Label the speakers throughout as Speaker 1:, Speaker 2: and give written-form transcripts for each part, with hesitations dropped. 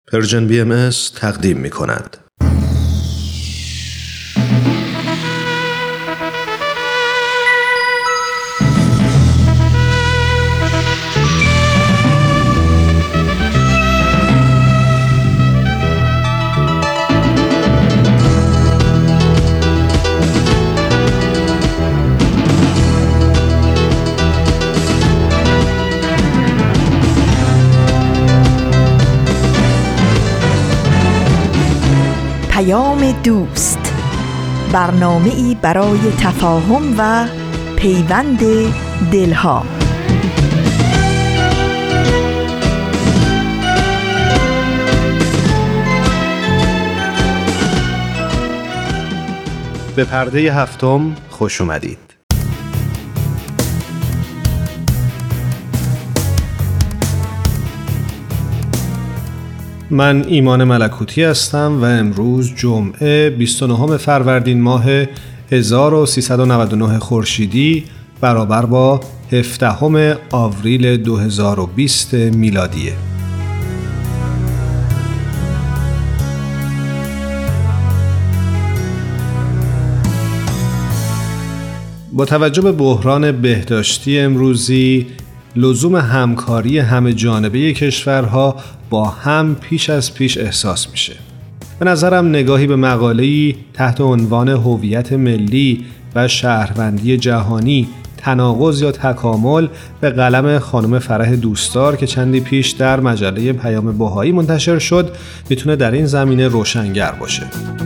Speaker 1: پرژن BMS تقدیم می کند.
Speaker 2: دوست، برنامه‌ای برای تفاهم و پیوند دلها.
Speaker 1: به پرده هفتم خوش اومدید. من ایمان ملکوتی هستم و امروز جمعه 29 فروردین ماه 1399 خورشیدی برابر با 17 آوریل 2020 میلادیه. با توجه به بحران بهداشتی امروزی، لزوم همکاری همه جانبه کشورها با هم پیش از پیش احساس میشه. به نظرم نگاهی به مقاله‌ای تحت عنوان هویت ملی و شهروندی جهانی، تناقض یا تکامل به قلم خانم فرح دوستدار که چندی پیش در مجله پیام بهایی منتشر شد میتونه در این زمینه روشنگر باشه.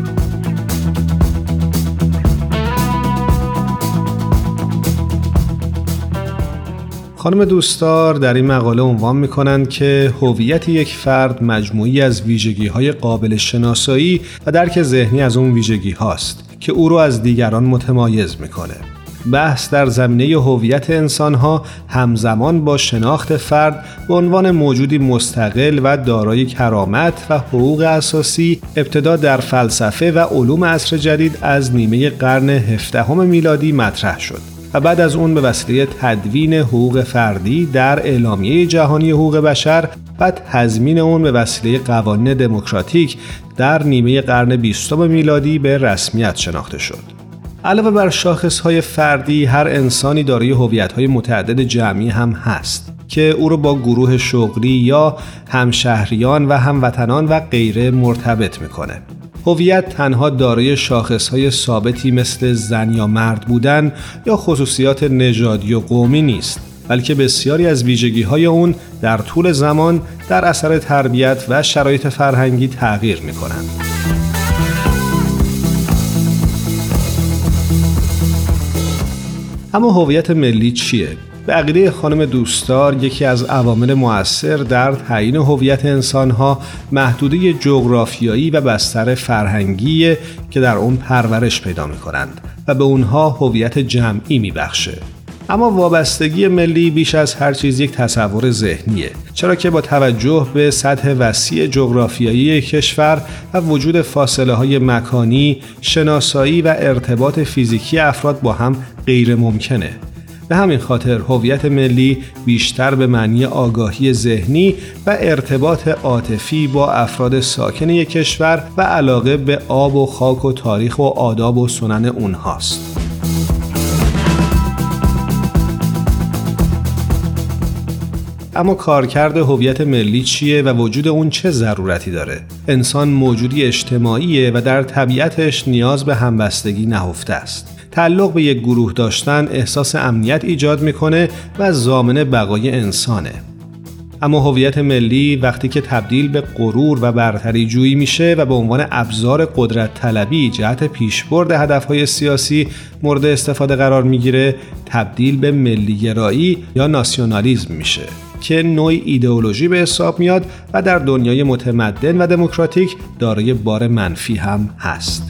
Speaker 1: خانم دوستدار در این مقاله عنوان می‌کنند که هویت یک فرد مجموعی از ویژگی‌های قابل شناسایی و درک ذهنی از اون ویژگی‌هاست که او رو از دیگران متمایز می‌کنه. بحث در زمینه هویت انسان‌ها همزمان با شناخت فرد به عنوان موجودی مستقل و دارای کرامت و حقوق اساسی ابتدا در فلسفه و علوم عصر جدید از نیمه قرن 17 میلادی مطرح شد و بعد از اون به وسیله تدوین حقوق فردی در اعلامیه جهانی حقوق بشر و تضمین اون به وسیله قوانین دموکراتیک در نیمه قرن 20 میلادی به رسمیت شناخته شد. علاوه بر شاخصهای فردی، هر انسانی دارای هویت‌های متعدد جمعی هم هست که او رو با گروه شغلی یا همشهریان و هموطنان و غیره مرتبط میکنه. هویت تنها دارای شاخصهای ثابتی مثل زن یا مرد بودن یا خصوصیات نژادی و قومی نیست، بلکه بسیاری از ویژگی‌های اون در طول زمان در اثر تربیت و شرایط فرهنگی تغییر می‌کنند. اما هویت ملی چیه؟ به عقیده خانم دوستدار یکی از عوامل مؤثر در تعیین هویت انسان‌ها محدوده جغرافیایی و بستر فرهنگی که در اون پرورش پیدا می‌کنند و به اونها هویت جمعی می‌بخشه. اما وابستگی ملی بیش از هر چیز یک تصور ذهنیه، چرا که با توجه به سطح وسیع جغرافیایی کشور و وجود فاصله‌های مکانی، شناسایی و ارتباط فیزیکی افراد با هم غیر ممکنه. به همین خاطر هویت ملی بیشتر به معنی آگاهی ذهنی و ارتباط عاطفی با افراد ساکن یک کشور و علاقه به آب و خاک و تاریخ و آداب و سنن اونهاست. اما کارکرد هویت ملی چیه و وجود اون چه ضرورتی داره؟ انسان موجودی اجتماعیه و در طبیعتش نیاز به همبستگی نهفته است. تعلق به یک گروه داشتن احساس امنیت ایجاد میکنه و ضامن بقای انسانه. اما هویت ملی وقتی که تبدیل به غرور و برتری جویی میشه و به عنوان ابزار قدرت طلبی جهت پیشبرد هدفهای سیاسی مورد استفاده قرار میگیره، تبدیل به ملی گرایی یا ناسیونالیسم میشه که نوعی ایدئولوژی به حساب میاد و در دنیای متمدن و دموکراتیک دارای بار منفی هم هست.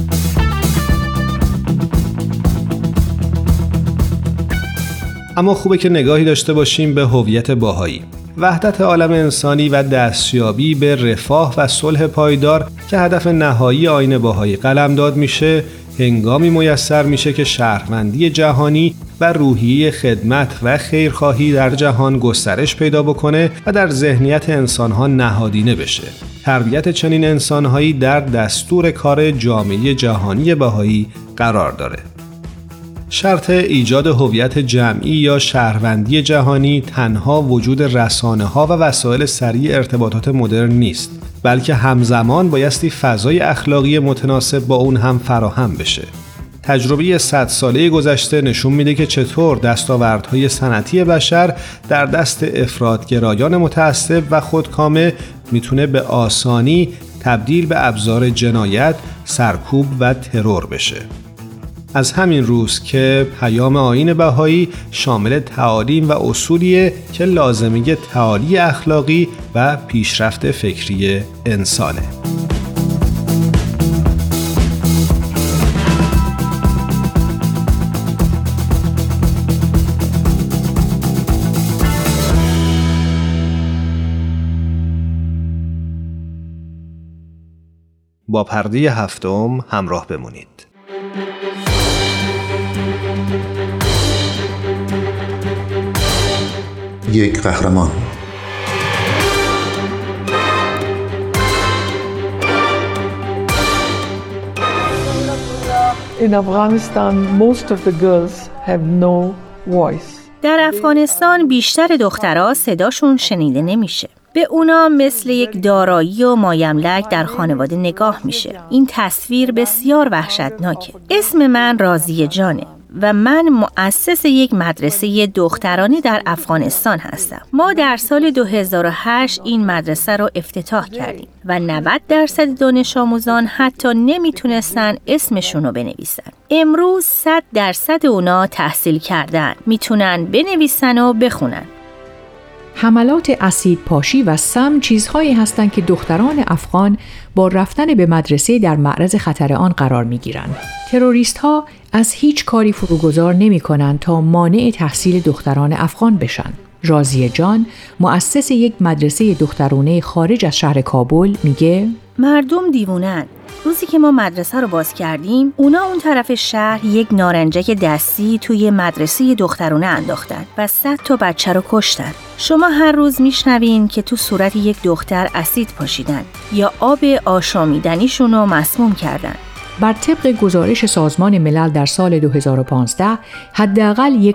Speaker 1: اما خوبه که نگاهی داشته باشیم به هویت بهایی. وحدت عالم انسانی و دستیابی به رفاه و صلح پایدار که هدف نهایی آیین بهایی قلمداد میشه، هنگامی میسر میشه که شهروندی جهانی و روحیه خدمت و خیرخواهی در جهان گسترش پیدا بکنه و در ذهنیت انسانها نهادینه بشه. تربیت چنین انسانهایی در دستور کار جامعه جهانی بهایی قرار داره. شرط ایجاد هویت جمعی یا شهروندی جهانی تنها وجود رسانه‌ها و وسایل سریع ارتباطات مدرن نیست، بلکه همزمان بایستی فضای اخلاقی متناسب با اون هم فراهم بشه. تجربه 100 ساله گذشته نشون میده که چطور دستاوردهای صنعتی بشر در دست افراطگرایان متعصب و خودکامه میتونه به آسانی تبدیل به ابزار جنایت، سرکوب و ترور بشه. از همین روز که پیام آیین بهایی شامل تعالیم و اصولیه که لازمه تعالی اخلاقی و پیشرفت فکری انسانه. با پرده هفتم همراه بمونید.
Speaker 3: یک قهرمان.
Speaker 4: In Afghanistan, most of the girls have no voice.
Speaker 5: در افغانستان بیشتر دخترها صداشون شنیده نمیشه. به اونا مثل یک دارایی و مایملک در خانواده نگاه میشه. این تصویر بسیار وحشتناکه. اسم من راضیه جانه و من مؤسس یک مدرسه دخترانه در افغانستان هستم. ما در سال 2008 این مدرسه رو افتتاح کردیم و 90% دانش آموزان حتی نمیتونستن اسمشون رو بنویسن. امروز 100% اونا تحصیل کردن، میتونن بنویسن و بخونن.
Speaker 6: حملات اسید پاشی و سم چیزهایی هستند که دختران افغان با رفتن به مدرسه در معرض خطر آن قرار می‌گیرند. تروریست‌ها از هیچ کاری فروگذار نمی‌کنند تا مانع تحصیل دختران افغان بشن. راضیه جان، مؤسس یک مدرسه دخترانه خارج از شهر کابل، میگه
Speaker 5: مردم دیوونن. روزی که ما مدرسه رو باز کردیم، اونا اون طرف شهر یک نارنجک دستی توی مدرسه دخترانه انداختن و 100 تا بچه رو کشتن. شما هر روز میشنوین که تو صورت یک دختر اسید پاشیدن یا آب آشامیدنیشون رو مسموم کردن.
Speaker 6: بر طبق گزارش سازمان ملل در سال 2015 حداقل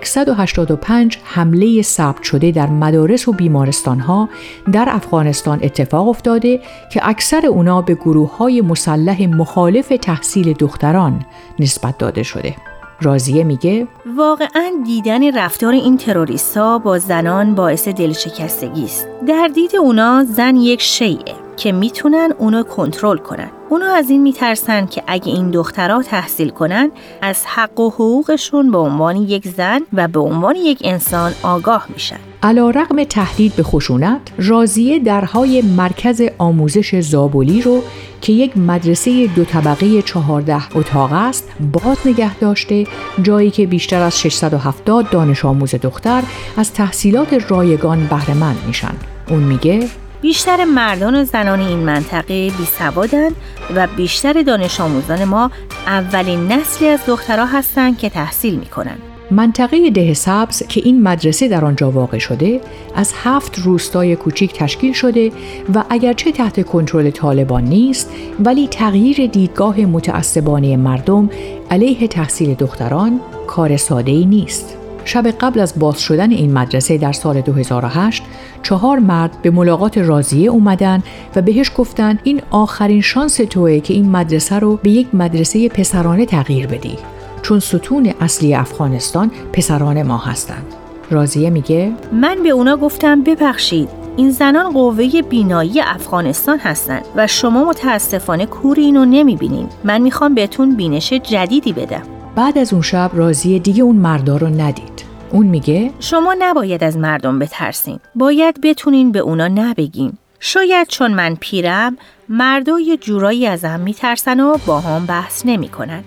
Speaker 6: 185 حمله ثبت شده در مدارس و بیمارستان‌ها در افغانستان اتفاق افتاده که اکثر اونا به گروه‌های مسلح مخالف تحصیل دختران نسبت داده شده. راضیه میگه
Speaker 5: واقعاً دیدن رفتار این تروریست‌ها با زنان باعث دلشکستگی است. در دید اونا زن یک شیء که میتونن اونو کنترل کنن. اونا از این میترسن که اگه این دخترها تحصیل کنن از حق و حقوقشون به عنوان یک زن و به عنوان یک انسان آگاه میشن.
Speaker 6: علیرغم تهدید به خشونت، راضیه درهای مرکز آموزش زابلی رو که یک مدرسه 2 طبقه 14 اتاق است باز نگه داشته، جایی که بیشتر از 670 دانش آموز دختر از تحصیلات رایگان بهره مند میشن. اون میگه
Speaker 5: بیشتر مردان و زنان این منطقه بیسوادن و بیشتر دانش آموزان ما اولین نسلی از دخترها هستن که تحصیل میکنن.
Speaker 6: منطقه ده سبز که این مدرسه در آنجا واقع شده از 7 روستای کوچیک تشکیل شده و اگرچه تحت کنترل طالبان نیست ولی تغییر دیدگاه متعصبانه مردم علیه تحصیل دختران کار ساده‌ای نیست. شب قبل از باز شدن این مدرسه در سال 2008 4 مرد به ملاقات راضیه اومدن و بهش گفتن این آخرین شانس توئه که این مدرسه رو به یک مدرسه پسرانه تغییر بدی، چون ستون اصلی افغانستان پسران ما هستند. راضیه میگه
Speaker 5: من به اونا گفتم ببخشید، این زنان قوه بینایی افغانستان هستند و شما متاسفانه کور اینو نمیبینین. من میخوام بهتون بینش جدیدی بدم.
Speaker 6: بعد از اون شب راضیه دیگه اون مردا رو ندید. اون میگه
Speaker 5: شما نباید از مردم بترسین. باید بتونین به اونا نبگین. شاید چون من پیرم مردا یه جورایی ازم میترسن و با هم بحث نمی کنن.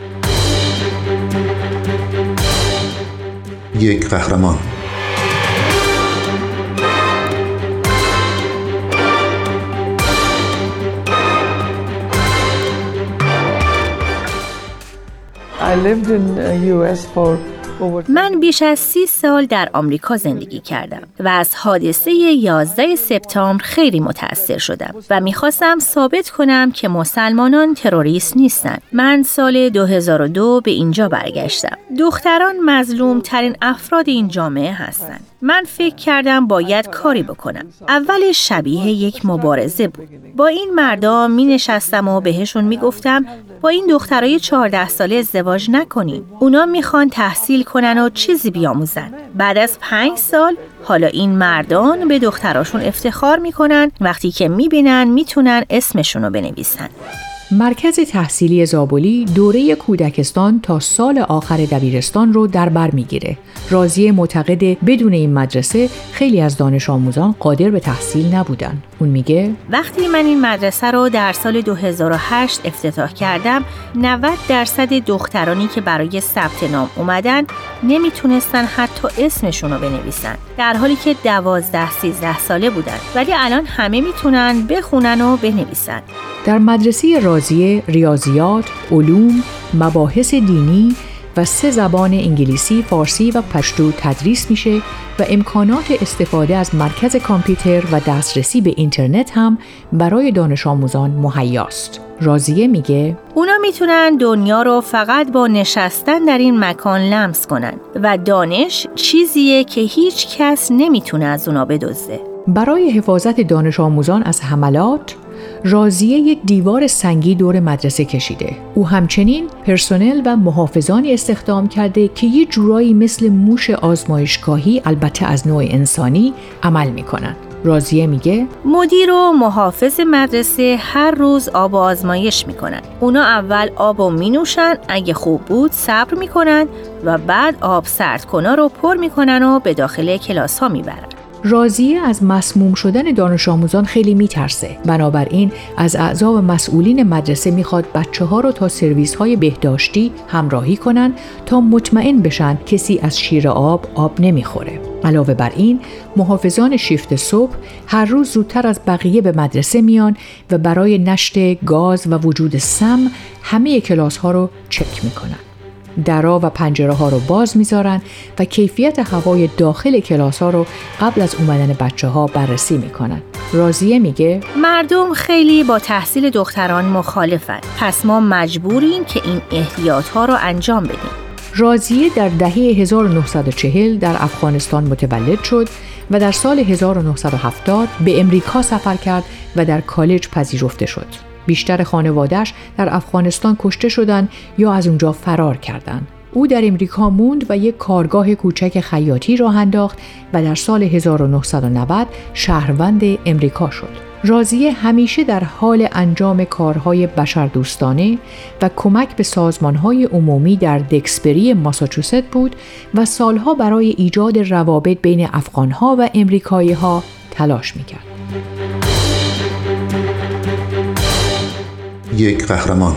Speaker 3: یک قهرمان.
Speaker 4: I lived in US for
Speaker 5: من بیش از 30 سال در آمریکا زندگی کردم و از حادثه 11 سپتامبر خیلی متأثر شدم و میخواستم ثابت کنم که مسلمانان تروریست نیستن. من سال 2002 به اینجا برگشتم. دختران مظلوم ترین افراد این جامعه هستند. من فکر کردم باید کاری بکنم. اول شبیه یک مبارزه بود. با این مردم می نشستم و بهشون می گفتم با این دخترای 14 ساله ازدواج نکنین. اونا میخوان تحصیل کنن و چیزی بیاموزن. بعد از 5 سال حالا این مردان به دختراشون افتخار میکنن وقتی که میبینن میتونن اسمشونو بنویسن.
Speaker 6: مرکز تحصیلی زابلی دوره کودکستان تا سال آخر دبیرستان رو در بر میگیره. راضیه معتقده بدون این مدرسه خیلی از دانش آموزان قادر به تحصیل نبودن. اون میگه
Speaker 5: وقتی من این مدرسه رو در سال 2008 افتتاح کردم 90% دخترانی که برای ثبت نام اومدن نمیتونستن حتی اسمشون رو بنویسن، در حالی که 12-13 ساله بودن، ولی الان همه میتونن بخونن و بنویسن.
Speaker 6: در مدرسه راضیه ریاضیات، علوم، مباحث دینی و 3 زبان انگلیسی، فارسی و پشتو تدریس میشه و امکانات استفاده از مرکز کامپیوتر و دسترسی به اینترنت هم برای دانش آموزان مهیاست. راضیه میگه
Speaker 5: اونا میتونن دنیا رو فقط با نشستن در این مکان لمس کنن و دانش چیزیه که هیچ کس نمیتونه از اونا بدزده.
Speaker 6: برای حفاظت دانش آموزان از حملات، راضیه یک دیوار سنگی دور مدرسه کشیده. او همچنین پرسنل و محافظانی استخدام کرده که یه جورایی مثل موش آزمایشگاهی، البته از نوع انسانی، عمل میکنن. راضیه میگه
Speaker 5: مدیر و محافظ مدرسه هر روز آب آزمایش میکنن. اونا اول آبو مینوشن، اگه خوب بود صبر میکنن و بعد آب سردکنا رو پر میکنن و به داخل کلاس ها میبرن.
Speaker 6: راضیه از مسموم شدن دانش آموزان خیلی میترسه. بنابراین از اعضا و مسئولین مدرسه میخواد بچه‌ها رو تا سرویس‌های بهداشتی همراهی کنن تا مطمئن بشن کسی از شیر آب نمیخوره. علاوه بر این، محافظان شیفت صبح هر روز زودتر از بقیه به مدرسه میان و برای نشت گاز و وجود سم همه کلاس‌ها رو چک میکنن. درا و پنجره ها رو باز میذارن و کیفیت هوای داخل کلاس ها رو قبل از اومدن بچه ها بررسی میکنن. راضیه میگه
Speaker 5: مردم خیلی با تحصیل دختران مخالفن، پس ما مجبوریم که این احتیاط ها رو انجام بدیم.
Speaker 6: راضیه در دهه 1940 در افغانستان متولد شد و در سال 1970 به امریکا سفر کرد و در کالج پذیرفته شد. بیشتر خانواده‌اش در افغانستان کشته شدند یا از اونجا فرار کردند. او در امریکا موند و یک کارگاه کوچک خیاطی راه انداخت و در سال 1990 شهروند امریکا شد. راضیه همیشه در حال انجام کارهای بشردوستانه و کمک به سازمانهای عمومی در دکسبری ماساچوست بود و سالها برای ایجاد روابط بین افغانها و امریکایی‌ها تلاش می‌کرد.
Speaker 3: یک قهرمان.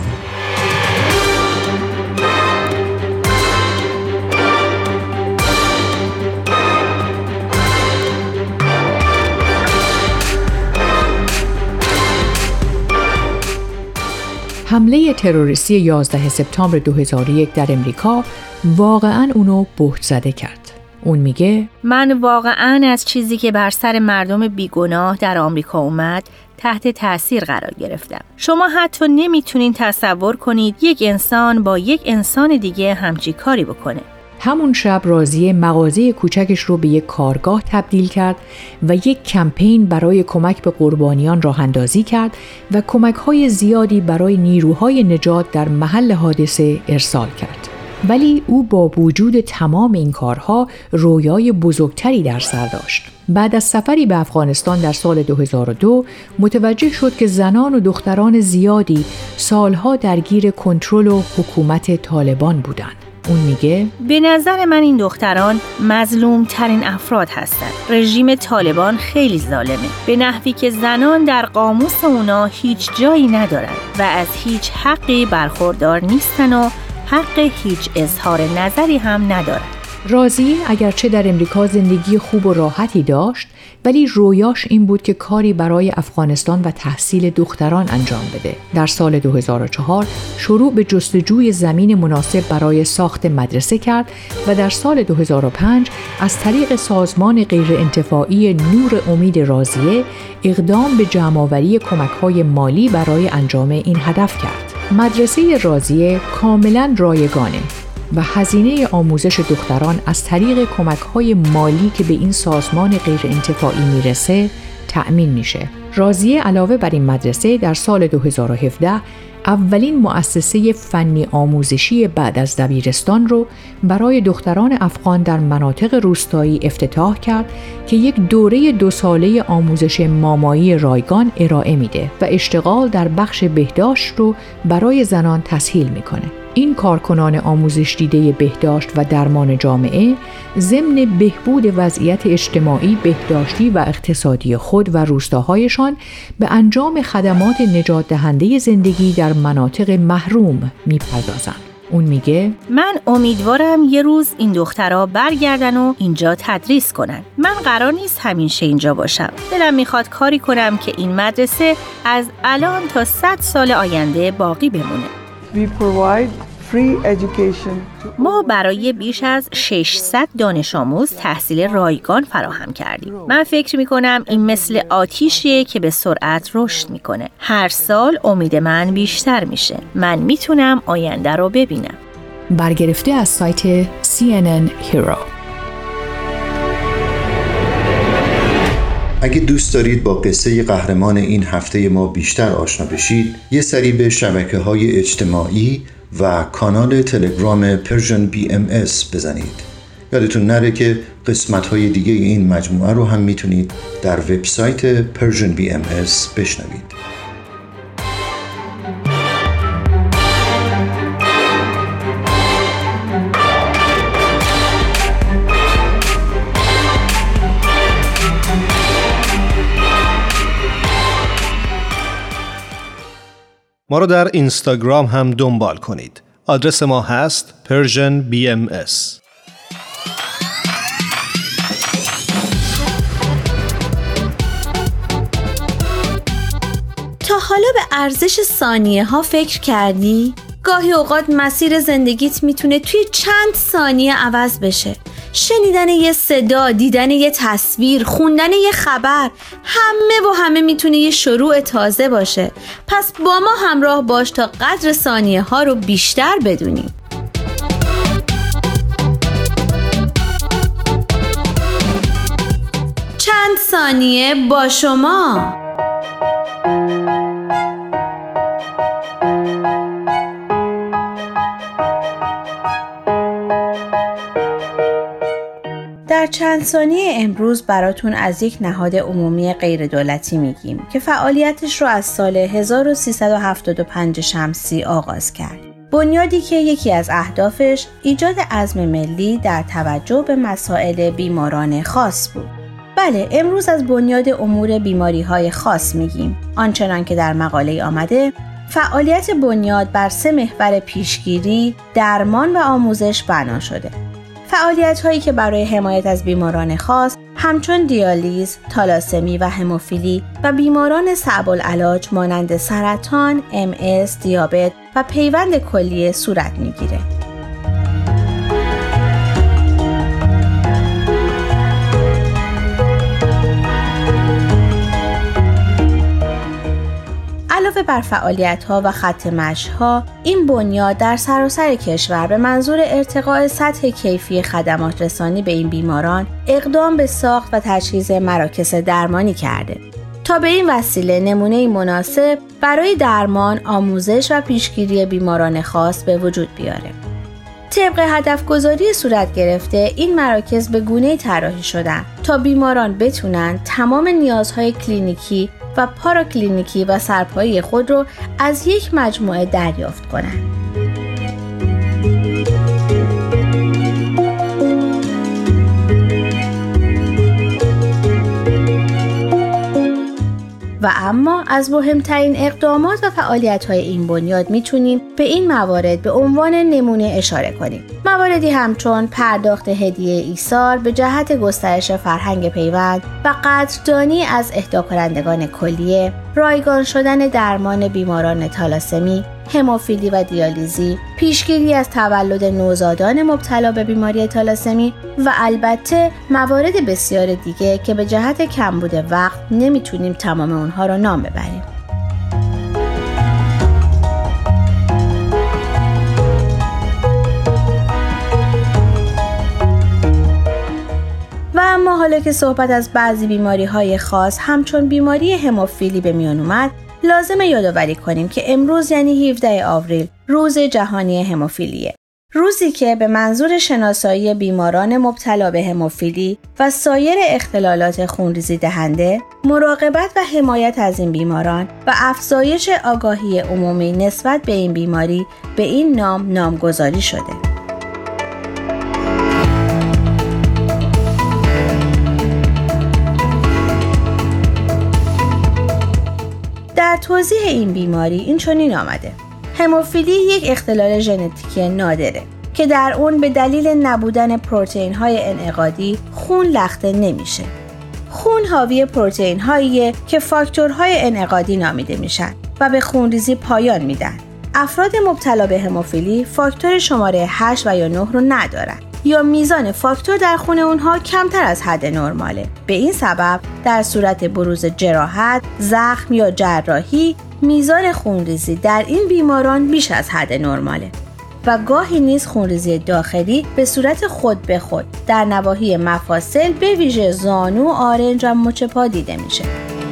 Speaker 6: حمله تروریستی 11 سپتامبر 2001 در امریکا واقعاً اونو بهت زده کرد. اون میگه
Speaker 5: من واقعاً از چیزی که بر سر مردم بیگناه در آمریکا اومد تحت تأثیر قرار گرفتم. شما حتی نمیتونین تصور کنید یک انسان با یک انسان دیگه همچی کاری بکنه.
Speaker 6: همون شب راضیه مغازه کوچکش رو به یک کارگاه تبدیل کرد و یک کمپین برای کمک به قربانیان راه اندازی کرد و کمک‌های زیادی برای نیروهای نجات در محل حادثه ارسال کرد. ولی او با وجود تمام این کارها رویای بزرگتری در سر داشت. بعد از سفری به افغانستان در سال 2002 متوجه شد که زنان و دختران زیادی سالها درگیر کنترل و حکومت طالبان بودند. اون میگه
Speaker 5: به نظر من این دختران مظلوم ترین افراد هستند. رژیم طالبان خیلی ظالمه، به نحوی که زنان در قاموس اونا هیچ جایی ندارن و از هیچ حقی برخوردار نیستن و حق هیچ اظهار نظری هم ندارن.
Speaker 6: راضیه اگرچه در امریکا زندگی خوب و راحتی داشت، ولی رویاش این بود که کاری برای افغانستان و تحصیل دختران انجام بده. در سال 2004 شروع به جستجوی زمین مناسب برای ساخت مدرسه کرد و در سال 2005 از طریق سازمان غیرانتفاعی نور امید راضیه اقدام به جمع‌آوری کمک‌های مالی برای انجام این هدف کرد. مدرسه راضیه کاملاً رایگانه و هزینه آموزش دختران از طریق کمک‌های مالی که به این سازمان غیرانتفاعی میرسه تأمین میشه. راضیه علاوه بر این مدرسه در سال 2017 اولین مؤسسه فنی آموزشی بعد از دبیرستان رو برای دختران افغان در مناطق روستایی افتتاح کرد که یک دوره 2 ساله آموزش مامایی رایگان ارائه میده و اشتغال در بخش بهداشت رو برای زنان تسهیل میکنه. این کارکنان آموزش دیده بهداشت و درمان جامعه ضمن بهبود وضعیت اجتماعی، بهداشتی و اقتصادی خود و روستاهایشان به انجام خدمات نجات دهنده زندگی در مناطق محروم میپردازند. اون میگه
Speaker 5: من امیدوارم یه روز این دخترها برگردن و اینجا تدریس کنن. من قرار نیست همیشه اینجا باشم. دلم میخواد کاری کنم که این مدرسه از الان تا 100 سال آینده باقی بمونه.
Speaker 4: We provide free education to
Speaker 5: ما برای بیش از 600 دانش آموز تحصیل رایگان فراهم کردیم. من فکر میکنم این مثل آتیشیه که به سرعت رشد میکنه. هر سال امید من بیشتر میشه. من میتونم آینده رو ببینم.
Speaker 6: برگرفته از سایت CNN Hero.
Speaker 3: اگه دوست دارید با قصه قهرمان این هفته ما بیشتر آشنا بشید، یه سری به شبکه‌های اجتماعی و کانال تلگرام پرژن BMS بزنید. یادتون نره که قسمت‌های دیگه این مجموعه رو هم میتونید در وبسایت پرژن BMS بشنوید.
Speaker 1: ما رو در اینستاگرام هم دنبال کنید. آدرس ما هست Persian BMS.
Speaker 7: تا حالا به ارزش ثانیه ها فکر کردی؟ گاهی اوقات مسیر زندگیت میتونه توی چند ثانیه عوض بشه. شنیدن یه صدا، دیدن یه تصویر، خوندن یه خبر، همه میتونه یه شروع تازه باشه. پس با ما همراه باش تا قدر ثانیه ها رو بیشتر بدونیم. چند ثانیه با شما. در چند ثانیه امروز براتون از یک نهاد عمومی غیر دولتی میگیم که فعالیتش رو از سال 1375 شمسی آغاز کرد. بنیادی که یکی از اهدافش ایجاد عزم ملی در توجه به مسائل بیماران خاص بود. بله، امروز از بنیاد امور بیماری‌های خاص میگیم. آنچنان که در مقاله آمده، فعالیت بنیاد بر 3 محور پیشگیری، درمان و آموزش بنا شده. فعالیت‌هایی که برای حمایت از بیماران خاص همچون دیالیز، تالاسمی و هموفیلی و بیماران صعب العلاج مانند سرطان، MS، دیابت و پیوند کلیه صورت می‌گیره. علاوه بر فعالیت‌ها و خط مشی‌ها، این بنیاد در سراسر کشور به منظور ارتقاء سطح کیفی خدمات رسانی به این بیماران اقدام به ساخت و تجهیز مراکز درمانی کرده تا به این وسیله نمونه مناسب برای درمان، آموزش و پیشگیری بیماران خاص به وجود بیاره. طبق هدفگذاری صورت گرفته، این مراکز به گونه‌ای طراحی شدن تا بیماران بتونن تمام نیازهای کلینیکی و پاراکلینیکی و سرپایی خود رو از یک مجموعه دریافت کنند. و اما از مهمترین اقدامات و فعالیت‌های این بنیاد میتونیم به این موارد به عنوان نمونه اشاره کنیم. مواردی همچون پرداخت هدیه ایثار به جهت گسترش فرهنگ پیوند و قدردانی از اهداکنندگان کلیه، رایگان شدن درمان بیماران تالاسمی، هموفیلی و دیالیزی، پیشگیری از تولد نوزادان مبتلا به بیماری تالاسمی و البته موارد بسیار دیگه که به جهت کمبود وقت نمیتونیم تمام اونها رو نام ببریم. و اما حالا که صحبت از بعضی بیماری‌های خاص همچون بیماری هموفیلی به میان اومد، لازمه یادآوری کنیم که امروز یعنی 17 آوریل روز جهانی هموفیلیه. روزی که به منظور شناسایی بیماران مبتلا به هموفیلی و سایر اختلالات خونریزی دهنده، مراقبت و حمایت از این بیماران و افزایش آگاهی عمومی نسبت به این بیماری به این نام نامگذاری شده. در توضیح این بیماری این چنین آمده: هموفیلی یک اختلال ژنتیکی نادره که در اون به دلیل نبودن پروتئین‌های انعقادی خون لخته نمیشه. خون حاوی پروتئین‌هاییه که فاکتورهای انعقادی نامیده میشن و به خونریزی پایان میدن. افراد مبتلا به هموفیلی فاکتور شماره 8 و یا 9 رو ندارن یا میزان فاکتور در خون اونها کمتر از حد نرماله. به این سبب در صورت بروز جراحت، زخم یا جراحی میزان خونریزی در این بیماران بیش از حد نرماله و گاهی نیز خونریزی داخلی به صورت خود به خود در نواحی مفاصل به ویژه زانو، آرنج و مچ پا دیده میشه.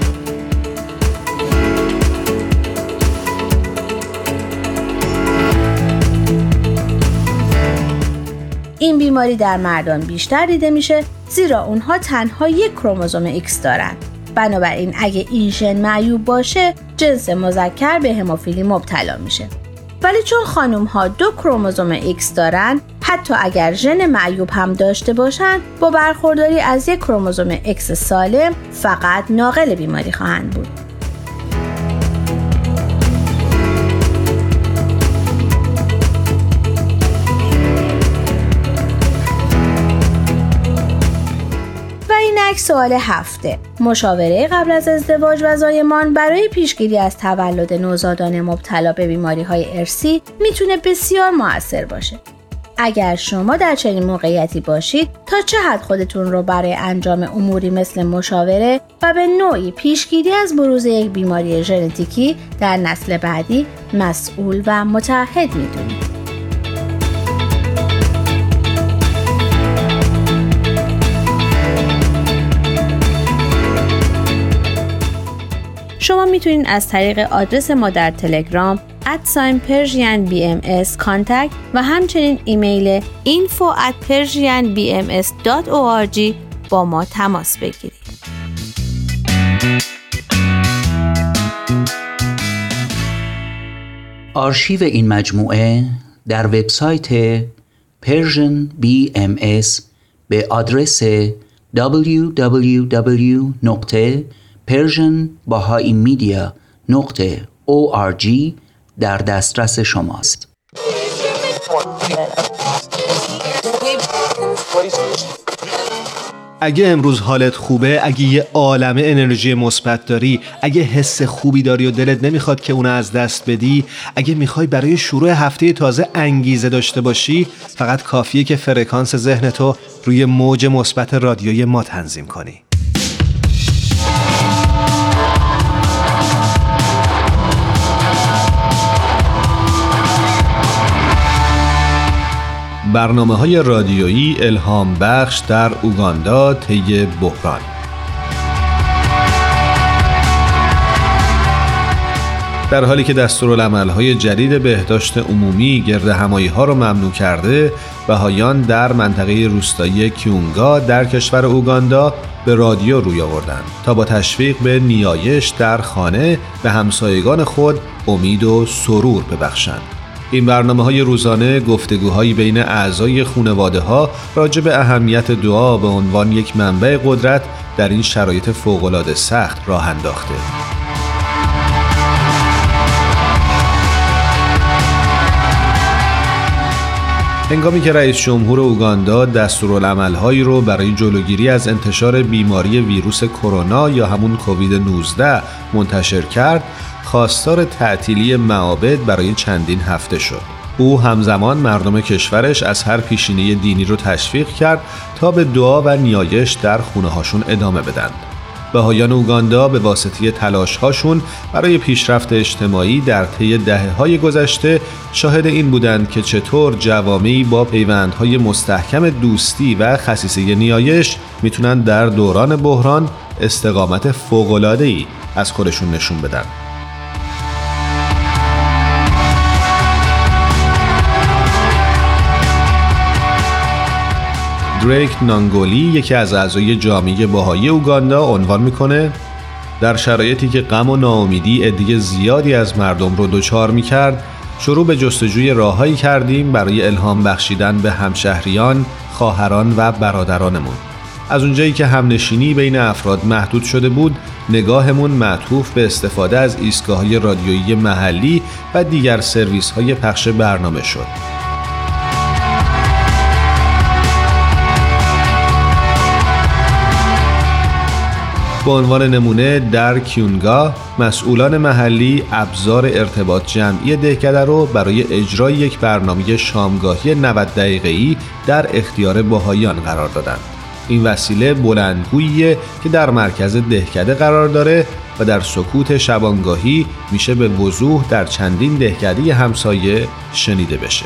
Speaker 7: این بیماری در مردان بیشتر دیده میشه زیرا اونها تنها یک کروموزوم X دارن. بنابراین اگه این ژن معیوب باشه، جنس مذکر به هموفیلی مبتلا میشه. ولی چون خانم ها 2 کروموزوم X دارن، حتی اگر ژن معیوب هم داشته باشن، با برخورداری از یک کروموزوم X سالم فقط ناقل بیماری خواهند بود. سوال 7. مشاوره قبل از ازدواج و زایمان برای پیشگیری از تولد نوزادان مبتلا به بیماری‌های ارثی میتونه بسیار مؤثر باشه. اگر شما در چنین موقعیتی باشید، تا چه حد خودتون رو برای انجام اموری مثل مشاوره و به نوعی پیشگیری از بروز یک بیماری ژنتیکی در نسل بعدی مسئول و متعهد میدونید؟ شما میتونید از طریق آدرس ما در تلگرام @persianbms کانتکت و همچنین ایمیل info@persianbms.org با ما تماس بگیرید.
Speaker 8: آرشیو این مجموعه در وبسایت Persian BMS به آدرس www.persianbahaimedia.org در دسترس شماست.
Speaker 1: اگه امروز حالت خوبه، اگه یه عالمه انرژی مثبت داری، اگه حس خوبی داری و دلت نمیخواد که اونو از دست بدی، اگه میخوای برای شروع هفته تازه انگیزه داشته باشی، فقط کافیه که فرکانس ذهنتو روی موج مثبت رادیوی ما تنظیم کنی. برنامه‌های رادیویی الهام بخش در اوگاندا طی بحران. در حالی که دستورالعمل‌های جدید بهداشت عمومی گردهمایی‌ها را ممنوع کرده، بهائیان در منطقه روستایی کیونگا در کشور اوگاندا به رادیو روی آوردند تا با تشویق به نیایش در خانه به همسایگان خود امید و سرور ببخشند. این برنامه‌های روزانه گفتگوهایی بین اعضای خانواده‌ها راجع به اهمیت دعا به عنوان یک منبع قدرت در این شرایط فوق‌العاده سخت راه انداخته. هنگامی که رئیس جمهور اوگاندا دستورالعمل‌هایی رو برای جلوگیری از انتشار بیماری ویروس کرونا یا همون کووید 19 منتشر کرد، خواستار تعطیلی معابد برای چندین هفته شد. او همزمان مردم کشورش از هر پیشینه دینی رو تشویق کرد تا به دعا و نیایش در خونه‌هاشون ادامه بدن. بهائیان اوگاندا به واسطه تلاش‌هاشون برای پیشرفت اجتماعی در طی دهه‌های گذشته شاهد این بودند که چطور جوامعی با پیوندهای مستحکم دوستی و خصیصه نیایش میتونن در دوران بحران استقامت فوق‌العاده‌ای از خودشون نشون بدن. دریک نانگولی، یکی از اعضای جامعه بهایی اوگاندا، عنوان میکنه در شرایطی که غم و ناامیدی عده زیادی از مردم رو دچار میکرد، شروع به جستجوی راههایی کردیم برای الهام بخشیدن به همشهریان، خواهران و برادرانمون. از اونجایی که همنشینی بین افراد محدود شده بود، نگاهمون معطوف به استفاده از ایستگاه‌های رادیویی محلی و دیگر سرویس‌های پخش برنامه شد. به عنوان نمونه در کیونگا مسئولان محلی ابزار ارتباط جمعی دهکده رو برای اجرای یک برنامه شامگاهی 90 دقیقه‌ای در اختیار بهائیان قرار دادند. این وسیله بلندگوییه که در مرکز دهکده قرار داره و در سکوت شبانگاهی میشه به وضوح در چندین دهکده همسایه شنیده بشه.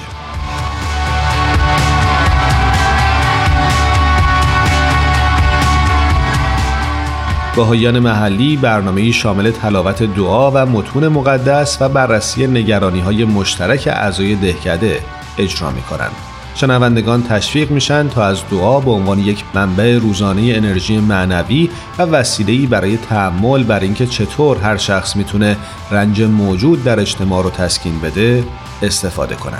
Speaker 1: بهائیان محلی برنامه‌ای شامل تلاوت دعا و متون مقدس و بررسی نگرانی‌های مشترک اعضای دهکده اجرا می‌کنند. شنوندگان تشویق میشن تا از دعا به عنوان یک منبع روزانه انرژی معنوی و وسیله‌ای برای تأمل بر اینکه چطور هر شخص میتونه رنج موجود در اجتماع رو تسکین بده استفاده کنند.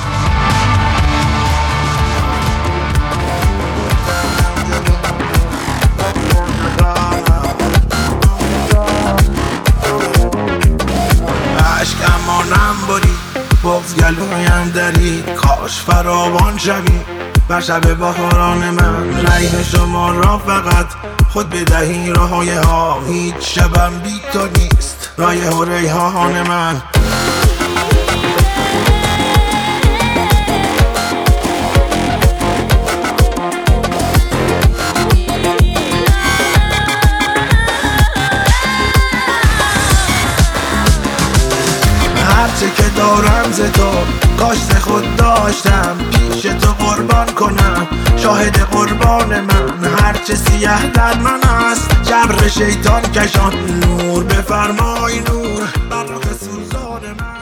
Speaker 9: گلویم درید کاش فراوان شوی بر شب بهاران من ریح شما را فقط خود بدهی راهای ها هیچ شبم بی تو نیست رایح و ریحان من هرچه که دارم ز تو کاش ز خود داشتم پیش تو قربان کنم شاهد قربان من هرچه سیه در من است جبر شیطان کشان نور بفرمای نور بر رخ سوزان من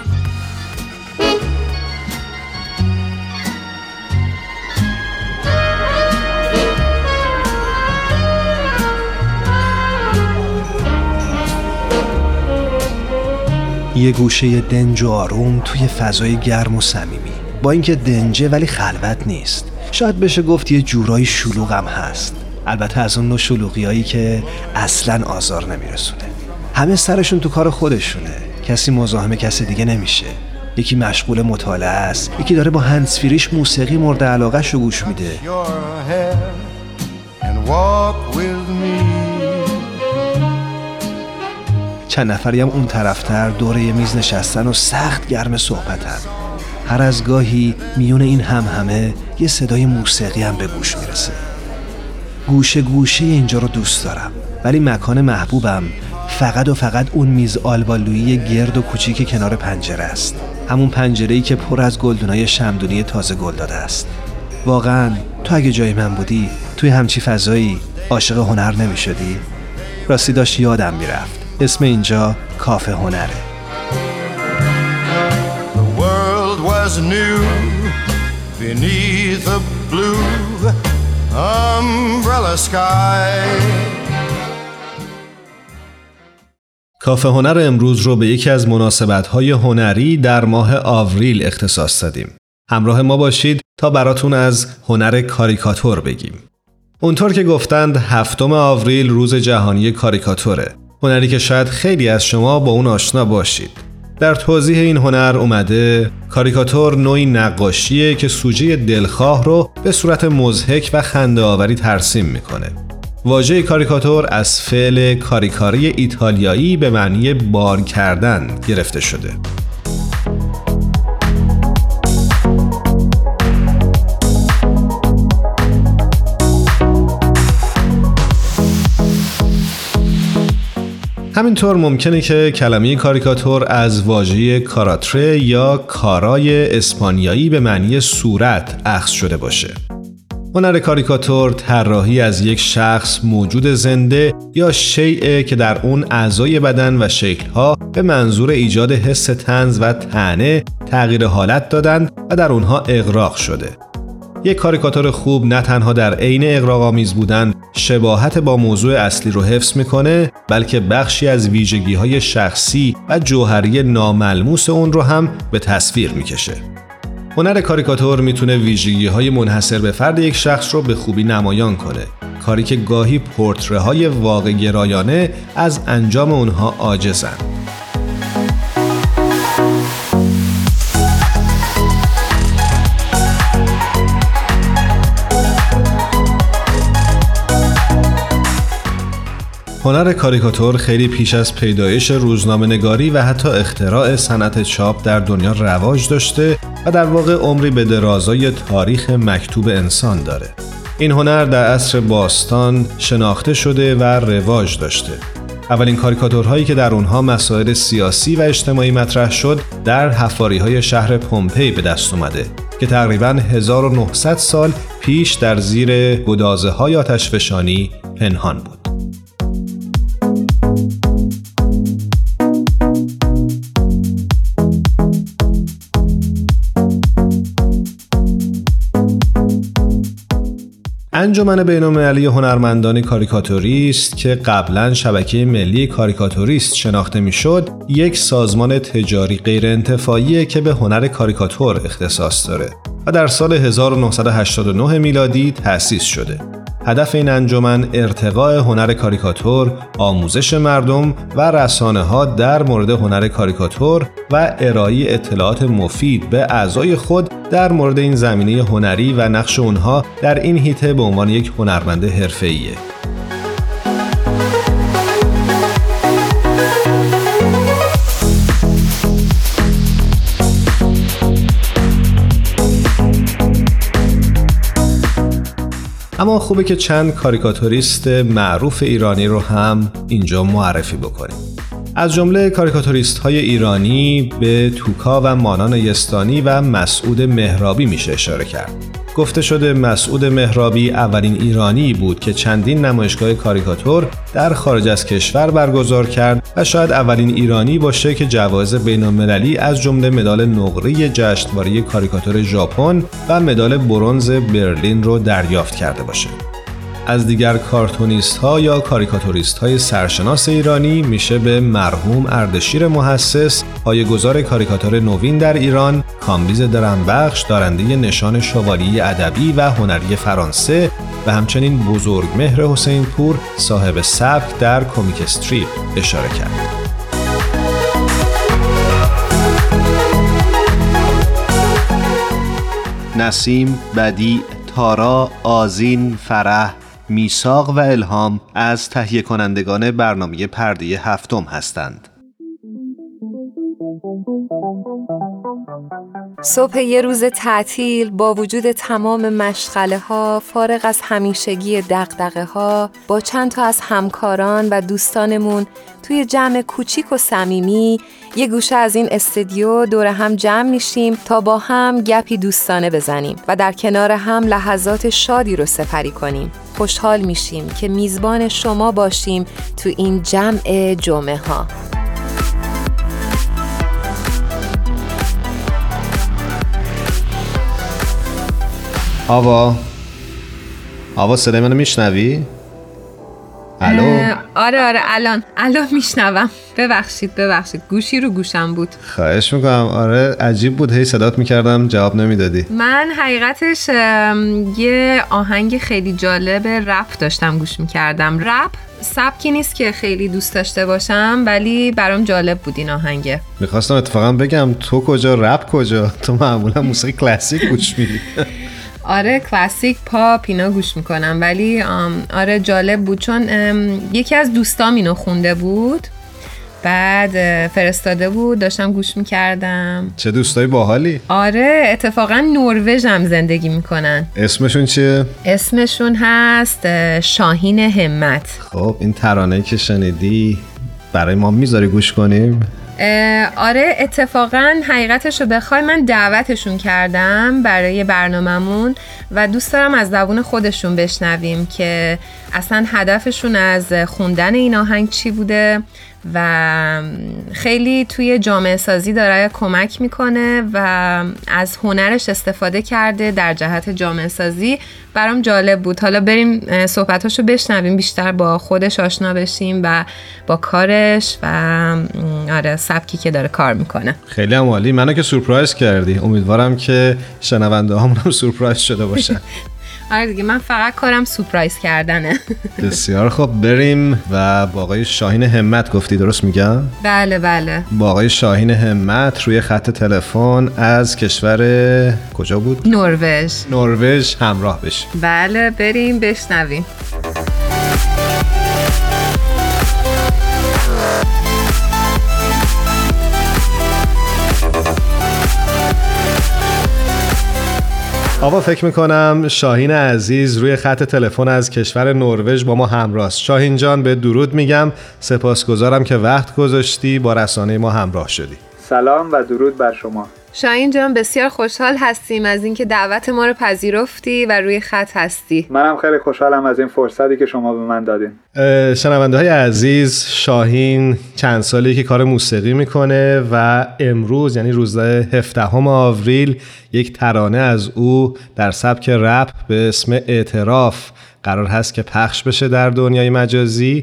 Speaker 1: یه گوشه دنج و آروم توی فضای گرم و صمیمی. با اینکه دنجه ولی خلوت نیست. شاید بشه گفت یه جورایی شلوغ هم هست. البته از اون نوع شلوغیایی که اصلاً آزار نمیرسونه. همه سرشون تو کار خودشونه. کسی مزاحم کسی دیگه نمیشه. یکی مشغول مطالعه است، یکی داره با هندزفریش موسیقی مورد علاقه‌ش رو گوش میده. چند نفری هم اون طرفتر دور یه میز نشستن و سخت گرم صحبتن. هر از گاهی میون این همه یه صدای موسیقی هم به گوش میرسه. گوشه گوشه اینجا رو دوست دارم، ولی مکان محبوبم فقط اون میز آلبالویی گرد و کوچیک کنار پنجره است. همون پنجره‌ای که پر از گلدونای شمعدونی تازه گل داده است. واقعاً تو اگه جای من بودی توی همچی فضایی عاشق هنر نمی‌شدی؟ راستی داشت یادم میرفت. اسم اینجا کافه هنره.
Speaker 10: The world was new beneath a blue umbrella sky.
Speaker 1: کافه هنر امروز رو به یکی از مناسبت‌های هنری در ماه آوریل اختصاص دادیم. همراه ما باشید تا براتون از هنر کاریکاتور بگیم. اونطور که گفتند 7 آوریل روز جهانی کاریکاتوره. هنری که شاید خیلی از شما با اون آشنا باشید. در توضیح این هنر اومده کاریکاتور نوعی نقاشیه که سوژه دلخواه رو به صورت مضحک و خنده‌آوری ترسیم میکنه. واژه کاریکاتور از فعل کاریکاری ایتالیایی به معنی بار کردن گرفته شده. همینطور ممکنه که کلمه کاریکاتور از واژه کاراتره یا کارای اسپانیایی به معنی صورت اخذ شده باشه. هنر کاریکاتور طراحی از یک شخص موجود زنده یا شیء که در اون اعضای بدن و شکل‌ها به منظور ایجاد حس طنز و طعنه تغییر حالت دادن و در اونها اغراق شده. یک کاریکاتور خوب نه تنها در عین اغراق‌آمیز بودن شباهت با موضوع اصلی رو حفظ میکنه، بلکه بخشی از ویژگی‌های شخصی و جوهری ناملموس اون رو هم به تصویر میکشه. هنر کاریکاتور میتونه ویژگی‌های منحصر به فرد یک شخص رو به خوبی نمایان کنه، کاری که گاهی پورتره‌های واقع گرایانه از انجام اونها عاجزن. هنر کاریکاتور خیلی پیش از پیدایش روزنامه‌نگاری و حتی اختراع صنعت چاپ در دنیا رواج داشته و در واقع عمری به درازای تاریخ مکتوب انسان داره. این هنر در عصر باستان شناخته شده و رواج داشته. اولین کاریکاتورهایی که در اونها مسائل سیاسی و اجتماعی مطرح شد در حفاری‌های شهر پومپئی به دست اومده که تقریباً 1900 سال پیش در زیر گدازه‌های آتشفشانی پنهان بود. انجمن بین‌المللی هنرمندان کاریکاتوریست که قبلاً شبکه ملی کاریکاتوریست شناخته میشد، یک سازمان تجاری غیرانتفاعیه که به هنر کاریکاتور اختصاص داره و در سال 1989 میلادی تأسیس شده. هدف این انجمن ارتقاء هنر کاریکاتور، آموزش مردم و رسانه‌ها در مورد هنر کاریکاتور و ارائه اطلاعات مفید به اعضای خود در مورد این زمینه هنری و نقش اونها در این حیطه به عنوان یک هنرمند حرفه‌ایه. اما خوبه که چند کاریکاتوریست معروف ایرانی رو هم اینجا معرفی بکنیم. از جمله کاریکاتوریست های ایرانی به توکا و مانان یزدانی و مسعود مهرابی میشه اشاره کرد. گفته شده مسعود مهرابی اولین ایرانی بود که چندین نمایشگاه کاریکاتور در خارج از کشور برگزار کرد و شاید اولین ایرانی باشه که جوایز بین‌المللی از جمله مدال نقره جشنواره کاریکاتور ژاپن و مدال برنز برلین رو دریافت کرده باشه. از دیگر کارتونیست ها یا کاریکاتوریست های سرشناس ایرانی میشه به مرحوم اردشیر محسس، پایه‌گذار کاریکاتور نوین در ایران، کامبیز درمبخش، دارنده نشان شوالیه ادبی و هنری فرانسه و همچنین بزرگمهر حسین پور، صاحب سبک در کمیک استریپ اشاره کرد. نسیم، بدیع، تارا، آذین، فرح، میثاق و الهام از تهیه کنندگان برنامه پرده هفتم هستند.
Speaker 11: صبح یه روز تعطیل با وجود تمام مشغله ها، فارغ از همیشگی دغدغه ها، با چند تا از همکاران و دوستانمون توی جمع کوچیک و صمیمی یه گوشه از این استودیو دور هم جمع میشیم تا با هم گپی دوستانه بزنیم و در کنار هم لحظات شادی رو سپری کنیم. خوشحال میشیم که میزبان شما باشیم تو این جمع جمعه ها.
Speaker 1: آوا صدای منو میشنوی؟ الو؟
Speaker 11: آره الان میشنوم. ببخشید گوشی رو گوشم بود.
Speaker 1: خواهش میکنم. آره عجیب بود، هی صدات میکردم جواب نمیدادی.
Speaker 11: من حقیقتش یه آهنگ خیلی جالب رپ داشتم گوش میکردم. رپ سبکی نیست که خیلی دوست داشته باشم، ولی برام جالب بود این آهنگه.
Speaker 1: میخواستم اتفاقا بگم تو کجا رپ کجا؟ تو معمولا موسیقی کلاسیک گوش میدی.
Speaker 11: آره کلاسیک پاپ اینا گوش میکنم، ولی آره جالب بود چون یکی از دوستام اینو خونده بود، بعد فرستاده بود، داشتم گوش میکردم.
Speaker 1: چه دوستای باحالی.
Speaker 11: آره اتفاقا نروژ هم زندگی میکنن.
Speaker 1: اسمشون چیه؟
Speaker 11: اسمشون هست شاهین همت.
Speaker 1: خب این ترانه‌ای که شنیدی برای ما میذاری گوش کنیم؟
Speaker 11: آره اتفاقا حقیقتش رو بخوای من دعوتشون کردم برای برنامه‌مون و دوست دارم از زبون خودشون بشنویم که اصلا هدفشون از خوندن این آهنگ چی بوده و خیلی توی جامعه سازی داره کمک میکنه و از هنرش استفاده کرده در جهت جامعه سازی. برام جالب بود. حالا بریم صحبتاشو بشنویم، بیشتر با خودش آشنا بشیم و با کارش و آره سبکی که داره کار میکنه.
Speaker 1: خیلی هم عالی. منو که سورپرایز کردی. امیدوارم که شنونده هامون هم سورپرایز شده باشن.
Speaker 11: آره دیگه من فقط کارم سورپرایز کردنه.
Speaker 1: بسیار خب بریم و با آقای شاهین همت گفتی درست میگم؟
Speaker 11: بله.
Speaker 1: با آقای شاهین همت روی خط تلفن از کشور کجا بود؟ نروژ همراه بشیم.
Speaker 11: بله بریم بشنویم.
Speaker 1: آقا فکر میکنم شاهین عزیز روی خط تلفن از کشور نروژ با ما همراهست. شاهین جان به درود میگم، سپاسگزارم که وقت گذاشتی با رسانه ما همراه شدی.
Speaker 12: سلام و درود بر شما.
Speaker 11: شاهین جان بسیار خوشحال هستیم از اینکه دعوت ما رو پذیرفتی و روی خط هستی.
Speaker 12: منم خیلی خوشحالم از این فرصتی که شما به من دادین.
Speaker 1: شنونده های عزیز، شاهین چند سالی که کار موسیقی میکنه و امروز یعنی روز 17 آوریل یک ترانه از او در سبک رپ به اسم اعتراف قرار هست که پخش بشه در دنیای مجازی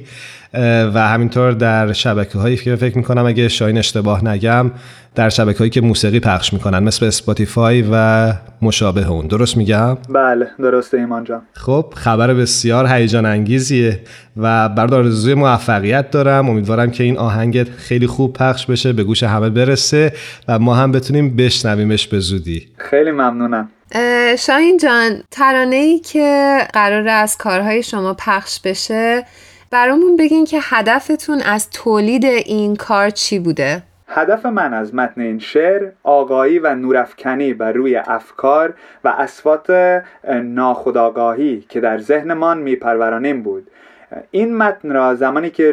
Speaker 1: و همینطور در شبکه‌هایی که فکر می‌کنم اگه شاهین اشتباه نگم در شبکه‌هایی که موسیقی پخش می‌کنن مثل اسپاتیفای و مشابه اون. درست میگم؟
Speaker 12: بله درسته ایمان جان.
Speaker 1: خب خبر بسیار هیجان انگیزیه و برات آرزوی موفقیت دارم. امیدوارم که این آهنگت خیلی خوب پخش بشه، به گوش همه برسه و ما هم بتونیم بشنویمش به زودی.
Speaker 12: خیلی ممنونم.
Speaker 11: شاهین جان ترانه‌ای که قراره از کارهای شما پخش بشه برامون بگین که هدفتون از تولید این کار چی بوده؟
Speaker 12: هدف من از متن این شعر آگاهی و نورافکنی بر روی افکار و اصوات ناخودآگاهی که در ذهنمان میپرورانیم بود. این متن را زمانی که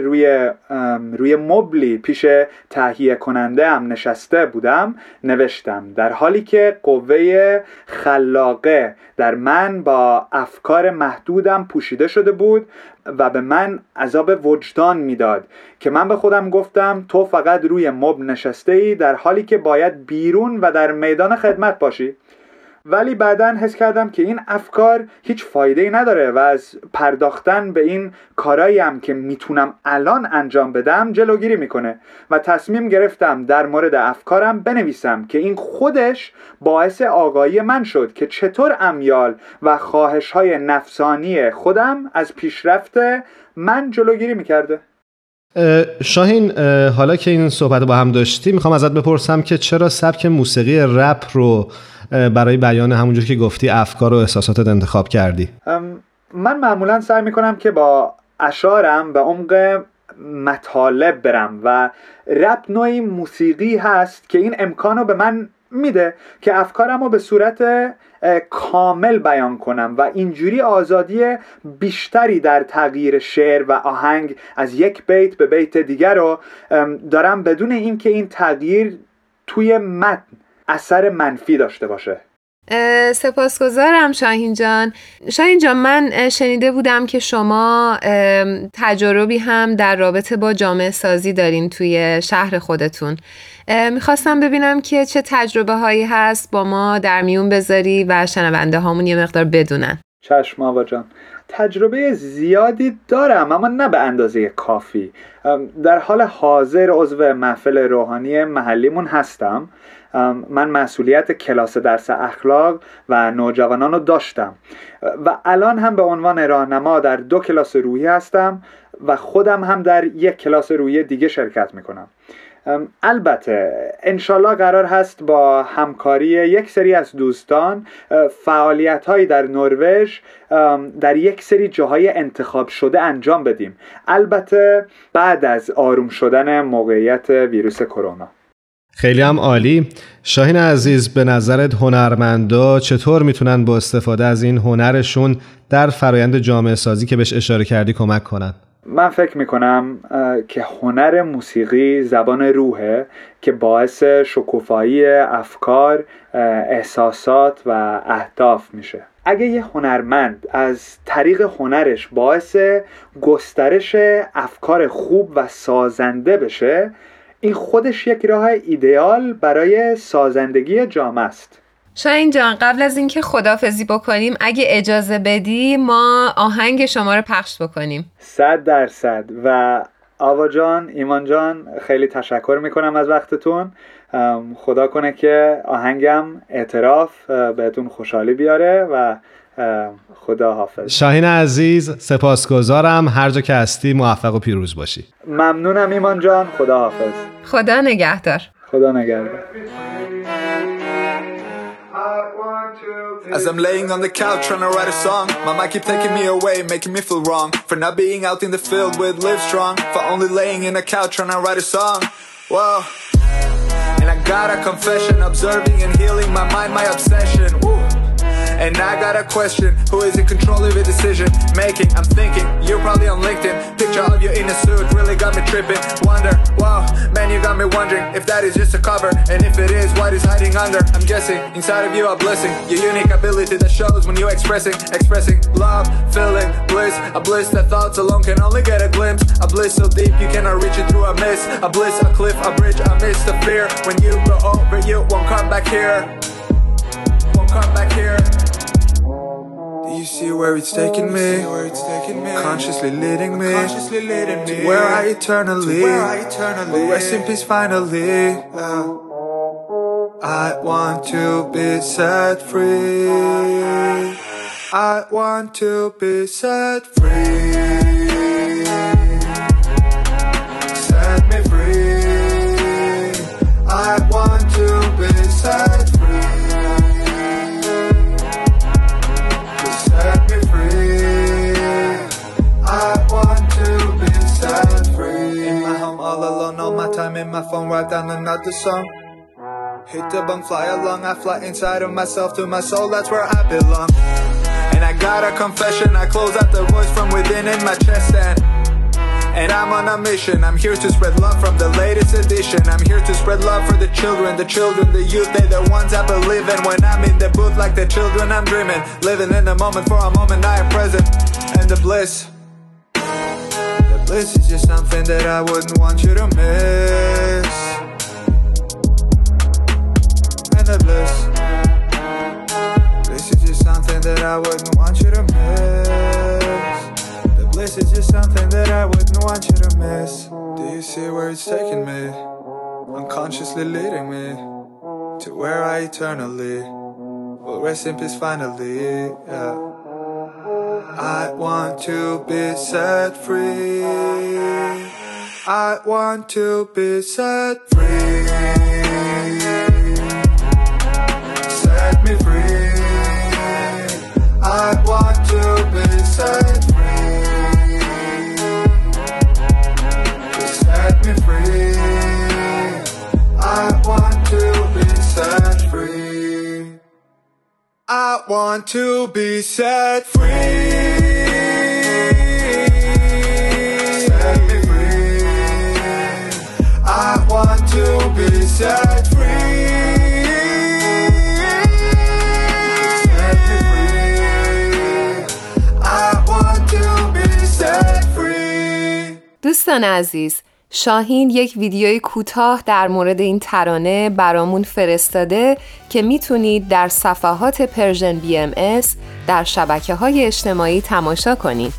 Speaker 12: روی مبلی پیش تهیه کننده هم نشسته بودم نوشتم، در حالی که قوه خلاقه در من با افکار محدودم پوشیده شده بود و به من عذاب وجدان میداد که من به خودم گفتم تو فقط روی مبل نشسته ای در حالی که باید بیرون و در میدان خدمت باشی. ولی بعداً حس کردم که این افکار هیچ فایده‌ای نداره و از پرداختن به این کارایی هم که میتونم الان انجام بدم جلوگیری میکنه و تصمیم گرفتم در مورد افکارم بنویسم که این خودش باعث آگاهی من شد که چطور امیال و خواهش‌های نفسانی خودم از پیشرفت من جلوگیری میکرده.
Speaker 1: شاهین حالا که این صحبت با هم داشتی میخوام ازت بپرسم که چرا سبک موسیقی رپ رو برای بیان همونجور که گفتی افکار و احساساتت انتخاب کردی؟
Speaker 12: من معمولا سعی میکنم که با اشعارم به عمق مطالب برم و رپ نوعی موسیقی هست که این امکانو به من میده که افکارم رو به صورت کامل بیان کنم و اینجوری آزادی بیشتری در تغییر شعر و آهنگ از یک بیت به بیت دیگر رو دارم بدون اینکه این تغییر توی متن اثر منفی داشته باشه.
Speaker 11: سپاسگزارم شاهین جان. شاهین جان من شنیده بودم که شما تجربی هم در رابطه با جامعه سازی دارین توی شهر خودتون. میخواستم ببینم که چه تجربه هایی هست با ما در میون بذاری و شنونده هامون یه مقدار بدونن.
Speaker 12: چشم آقا جان. تجربه زیادی دارم، اما نه به اندازه کافی. در حال حاضر عضو محفل روحانی محلیمون هستم. من مسئولیت کلاس درس اخلاق و نوجوانان رو داشتم و الان هم به عنوان راهنما در 2 کلاس روحی هستم و خودم هم در 1 کلاس روحی دیگه شرکت میکنم. البته انشالله قرار هست با همکاری یک سری از دوستان فعالیت‌هایی در نروژ در یک سری جاهای انتخاب شده انجام بدیم، البته بعد از آروم شدن موقعیت ویروس کرونا.
Speaker 1: خیلی هم عالی. شاهین عزیز، به نظرت هنرمندا چطور میتونن با استفاده از این هنرشون در فرایند جامعه سازی که بهش اشاره کردی کمک کنن؟
Speaker 12: من فکر میکنم که هنر موسیقی زبان روحه که باعث شکوفایی افکار، احساسات و اهداف میشه. اگه یه هنرمند از طریق هنرش باعث گسترش افکار خوب و سازنده بشه، این خودش یک راه ایدئال برای سازندگی جامعه است.
Speaker 11: شاهین جان، قبل از اینکه خداحافظی بکنیم اگه اجازه بدی ما آهنگ شما رو پخش بکنیم.
Speaker 12: 100% و آوا جان، ایمان جان، خیلی تشکر میکنم از وقتتون. خدا کنه که آهنگم اعتراف بهتون خوشحالی بیاره و خدا حافظ.
Speaker 1: شاهین عزیز سپاسگزارم، هر جا که هستی موفق و پیروز باشی.
Speaker 12: ممنونم ایمان جان، خدا حافظ.
Speaker 11: خدا نگهدار.
Speaker 12: خدا نگهدار.
Speaker 13: As I'm laying on the couch trying to write a song, my mind keep taking me away, making me feel wrong for not being out in the field with Live Strong, for only laying in a couch trying to write a song. Whoa. And I got a confession, observing and healing my mind, my obsession. Woo. And I got a question, who is in control of your decision making? I'm thinking, you're probably on LinkedIn. Picture of you in a suit really got me tripping. Wonder, wow, man, you got me wondering if that is just a cover. And if it is, what is hiding under? I'm guessing, inside of you a blessing. Your unique ability that shows when you're expressing love, feeling, bliss. A bliss that thoughts alone can only get a glimpse. A bliss so deep you cannot reach it through a mist. A bliss, a cliff, a bridge, a mist of fear. When you go over, you won't come back here. Won't come back here. Do you see where it's taking me? Consciously leading me to where I eternally will rest in peace finally. I want to be set free. I want to be set free. Set me free. I want to be set free. Time in my phone, write down another song. Hit the bump, fly along. I fly inside of myself to my soul, that's where I belong. And I got a confession, I close out the voice from within in my chest. And I'm on a mission, I'm here to spread love from the latest edition. I'm here to spread love for the children, the youth, they're the ones I believe in. When I'm in the booth like the children, I'm dreaming. Living in the moment, for a moment I am present. And the bliss is just something that I wouldn't want you to miss. And the bliss is just something that I wouldn't want you to miss. The bliss is just something that I wouldn't want you to miss. Do you see where it's taking me? Unconsciously leading me to where I eternally will rest in peace finally. Yeah. I want to be set free. I want to be set free. Set me free. I want to be set free. Set me free. I want to be set free. I want to be set free. Set me free. I want to be set free. Set me free. I want to be set free.
Speaker 11: دوستان عزیز، شاهین یک ویدیوی کوتاه در مورد این ترانه برامون فرستاده که میتونید در صفحات پرژن BMS در شبکه‌های اجتماعی تماشا کنید.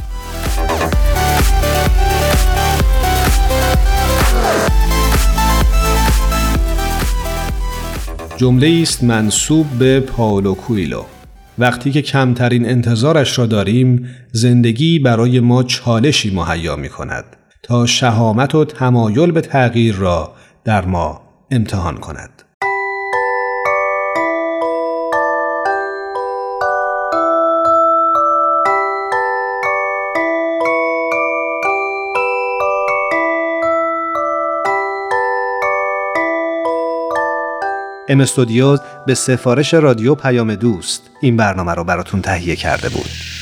Speaker 1: جمله است منسوب به پائولو کوئلو. وقتی که کمترین انتظارش را داریم، زندگی برای ما چالشی مهیا می کند تا شهامت و تمایل به تغییر را در ما امتحان کند. ام استودیوز به سفارش رادیو پیام دوست این برنامه را براتون تهیه کرده بود.